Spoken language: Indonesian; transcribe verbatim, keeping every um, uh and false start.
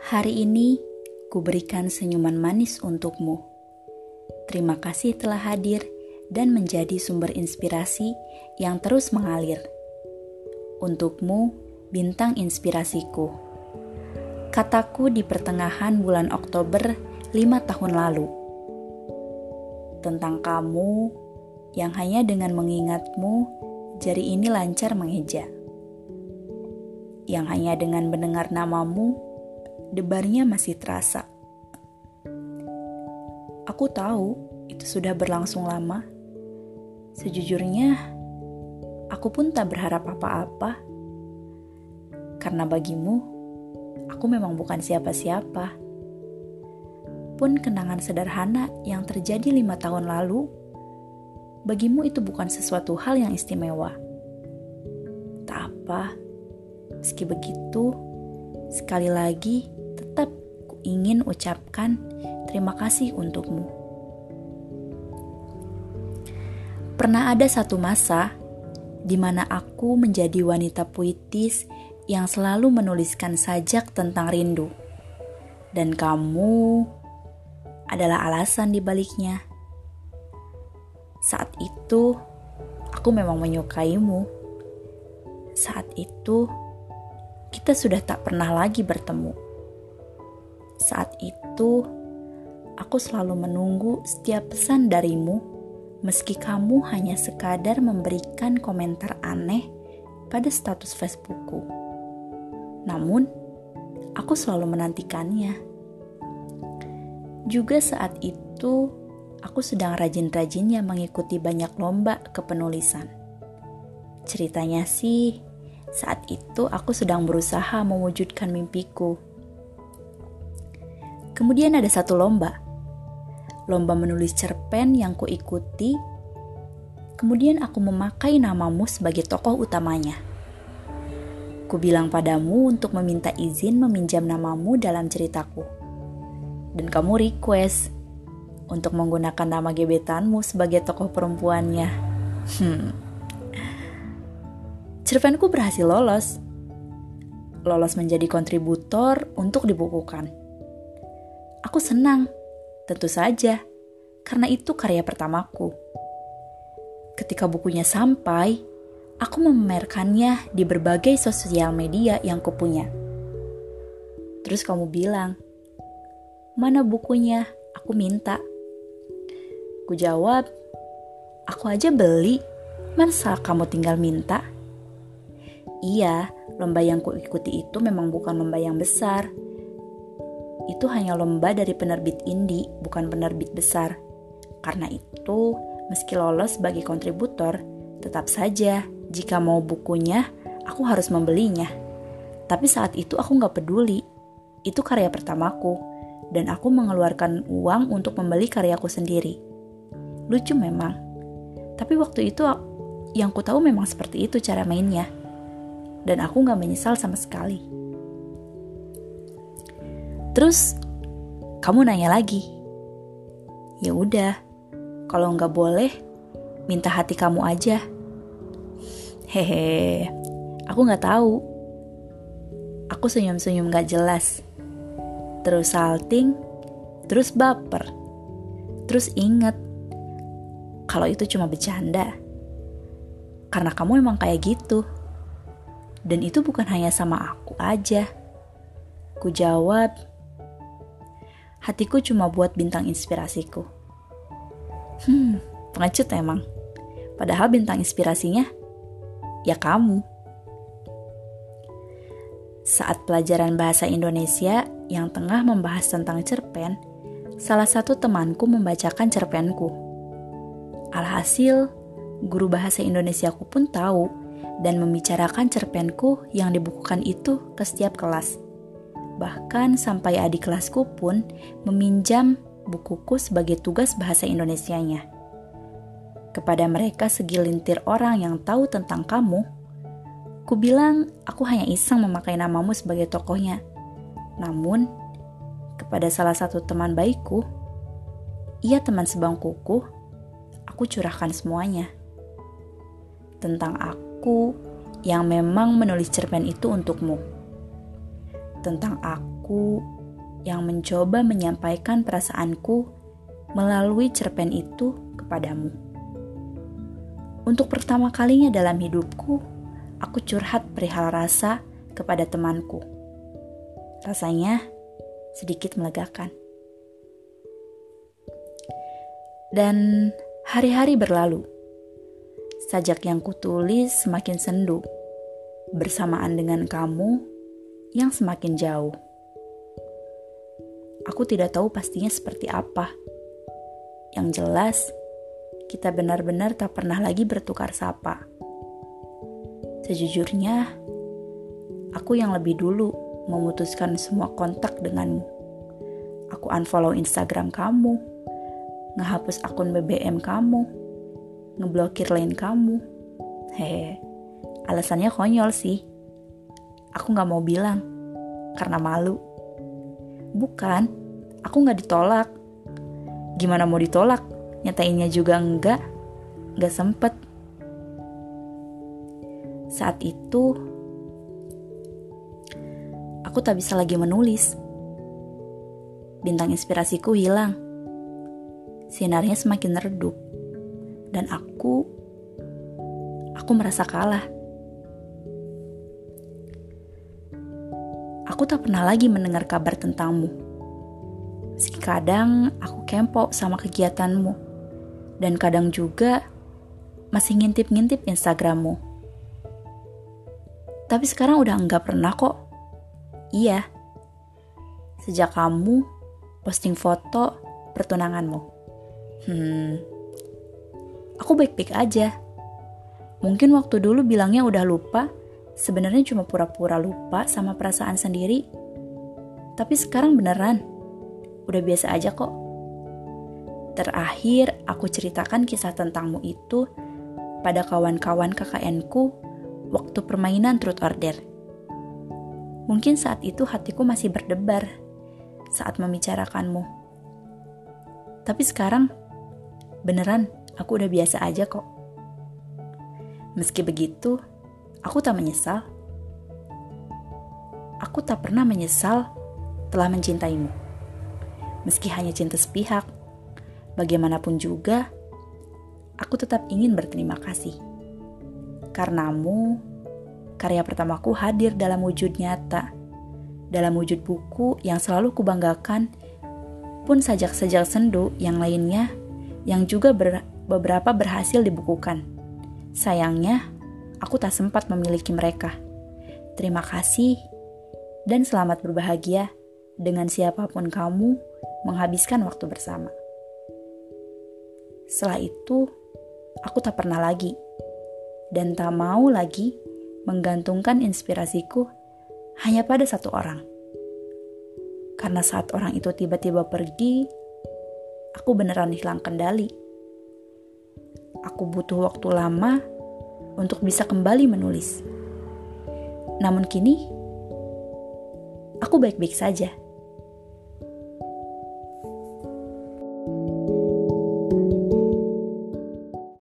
Hari ini, ku berikan senyuman manis untukmu. Terima kasih telah hadir dan menjadi sumber inspirasi yang terus mengalir. Untukmu, bintang inspirasiku. Kataku di pertengahan bulan Oktober lima tahun lalu. Tentang kamu yang hanya dengan mengingatmu, jari ini lancar mengeja. Yang hanya dengan mendengar namamu, debarnya masih terasa. Aku tahu itu sudah berlangsung lama. Sejujurnya, aku pun tak berharap apa-apa. Karena bagimu, aku memang bukan siapa-siapa. Pun kenangan sederhana yang terjadi lima tahun lalu, bagimu itu bukan sesuatu hal yang istimewa. Tak apa, meski begitu, sekali lagi tetap ku ingin ucapkan terima kasih untukmu. Pernah ada satu masa di mana aku menjadi wanita puitis yang selalu menuliskan sajak tentang rindu. Dan kamu adalah alasan di baliknya. Saat itu, aku memang menyukaimu. Saat itu, kita sudah tak pernah lagi bertemu. Saat itu, aku selalu menunggu setiap pesan darimu, meski kamu hanya sekadar memberikan komentar aneh pada status Facebookku. Namun, aku selalu menantikannya. Juga saat itu, aku sedang rajin-rajinnya mengikuti banyak lomba kepenulisan. Ceritanya sih, saat itu aku sedang berusaha mewujudkan mimpiku. Kemudian ada satu lomba. Lomba menulis cerpen yang kuikuti. Kemudian aku memakai namamu sebagai tokoh utamanya. Ku bilang padamu untuk meminta izin meminjam namamu dalam ceritaku. Dan kamu request untuk menggunakan nama gebetanmu sebagai tokoh perempuannya. Hmm. Cerpenku berhasil lolos. Lolos menjadi kontributor untuk dibukukan. Aku senang, tentu saja, karena itu karya pertamaku. Ketika bukunya sampai, aku memamerkannya di berbagai sosial media yang kupunya. Terus kamu bilang, "Mana bukunya? Aku minta." Ku jawab, "Aku aja beli, masa kamu tinggal minta?" Iya, lomba yang kuikuti itu memang bukan lomba yang besar. Itu hanya lomba dari penerbit indie, bukan penerbit besar. Karena itu, meski lolos sebagai kontributor, tetap saja jika mau bukunya, aku harus membelinya. Tapi saat itu aku gak peduli. Itu karya pertamaku, dan aku mengeluarkan uang untuk membeli karyaku sendiri. Lucu memang. Tapi waktu itu yang ku tahu memang seperti itu cara mainnya. Dan aku gak menyesal sama sekali. Terus, kamu nanya lagi. Ya udah, kalau nggak boleh, minta hati kamu aja. Hehe, aku nggak tahu. Aku senyum-senyum nggak jelas. Terus salting, terus baper. Terus inget, kalau itu cuma bercanda. Karena kamu emang kayak gitu. Dan itu bukan hanya sama aku aja. Ku jawab, hatiku cuma buat bintang inspirasiku. Hmm, pengecut emang. Padahal bintang inspirasinya, ya kamu. Saat pelajaran bahasa Indonesia yang tengah membahas tentang cerpen, salah satu temanku membacakan cerpenku. Alhasil, guru bahasa Indonesiaku pun tahu dan membicarakan cerpenku yang dibukukan itu ke setiap kelas. Bahkan sampai adik kelasku pun meminjam bukuku sebagai tugas bahasa Indonesianya. Kepada mereka segelintir orang yang tahu tentang kamu, ku bilang aku hanya iseng memakai namamu sebagai tokohnya. Namun, kepada salah satu teman baikku, ia teman sebangkuku, aku curahkan semuanya. Tentang aku yang memang menulis cerpen itu untukmu. Tentang aku yang mencoba menyampaikan perasaanku melalui cerpen itu kepadamu. Untuk pertama kalinya dalam hidupku, aku curhat perihal rasa kepada temanku. Rasanya sedikit melegakan. Dan hari-hari berlalu. Sajak yang kutulis semakin sendu, bersamaan dengan kamu yang semakin jauh. Aku tidak tahu pastinya seperti apa. Yang jelas, kita benar-benar tak pernah lagi bertukar sapa. Sejujurnya, aku yang lebih dulu memutuskan semua kontak denganmu. Aku unfollow Instagram kamu, ngehapus akun B B M kamu, ngeblokir line kamu. Hehe, alasannya konyol sih. Aku gak mau bilang, karena malu. Bukan, aku gak ditolak. Gimana mau ditolak? Nyatainnya juga enggak, gak sempet. Saat itu, aku tak bisa lagi menulis. Bintang inspirasiku hilang. Sinarnya semakin redup. Dan aku, aku merasa kalah. Aku tak pernah lagi mendengar kabar tentangmu. Meski kadang aku kepo sama kegiatanmu. Dan kadang juga masih ngintip-ngintip Instagrammu. Tapi sekarang udah enggak pernah kok. Iya. Sejak kamu posting foto pertunanganmu. Hmm. Aku baik-baik aja. Mungkin waktu dulu bilangnya udah lupa, sebenarnya cuma pura-pura lupa sama perasaan sendiri. Tapi sekarang beneran, udah biasa aja kok. Terakhir aku ceritakan kisah tentangmu itu pada kawan-kawan K K N-ku waktu permainan Truth or Dare. Mungkin saat itu hatiku masih berdebar saat membicarakanmu. Tapi sekarang, beneran aku udah biasa aja kok. Meski begitu, aku tak menyesal. Aku tak pernah menyesal telah mencintaimu. Meski hanya cinta sepihak, bagaimanapun juga, aku tetap ingin berterima kasih. Karenamu, karya pertamaku hadir dalam wujud nyata, dalam wujud buku yang selalu kubanggakan, pun sajak-sajak sendu yang lainnya yang juga ber, beberapa berhasil dibukukan. Sayangnya, aku tak sempat memiliki mereka. Terima kasih dan selamat berbahagia dengan siapapun kamu menghabiskan waktu bersama. Setelah itu, aku tak pernah lagi dan tak mau lagi menggantungkan inspirasiku hanya pada satu orang. Karena saat orang itu tiba-tiba pergi, aku beneran hilang kendali. Aku butuh waktu lama untuk bisa kembali menulis. Namun kini, aku baik-baik saja.